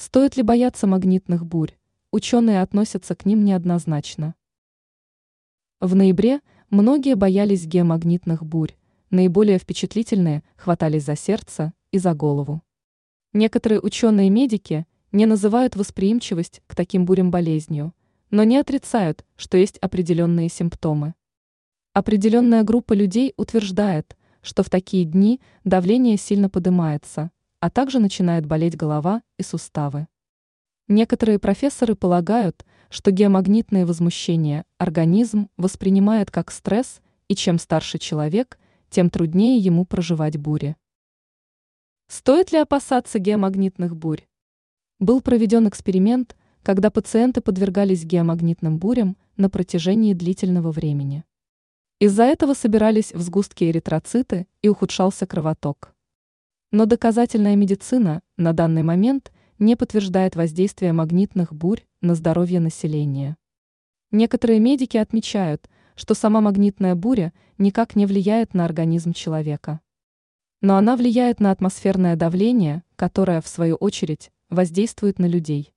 Стоит ли бояться магнитных бурь? Ученые относятся к ним неоднозначно. В ноябре многие боялись геомагнитных бурь, наиболее впечатлительные хватались за сердце и за голову. Некоторые ученые-медики не называют восприимчивость к таким бурям болезнью, но не отрицают, что есть определенные симптомы. Определенная группа людей утверждает, что в такие дни давление сильно поднимается, а также начинает болеть голова и суставы. Некоторые профессоры полагают, что геомагнитные возмущения организм воспринимает как стресс, и чем старше человек, тем труднее ему проживать бури. Стоит ли опасаться геомагнитных бурь? Был проведен эксперимент, когда пациенты подвергались геомагнитным бурям на протяжении длительного времени. Из-за этого собирались в сгустке эритроциты и ухудшался кровоток. Но доказательная медицина на данный момент не подтверждает воздействие магнитных бурь на здоровье населения. Некоторые медики отмечают, что сама магнитная буря никак не влияет на организм человека. Но она влияет на атмосферное давление, которое, в свою очередь, воздействует на людей.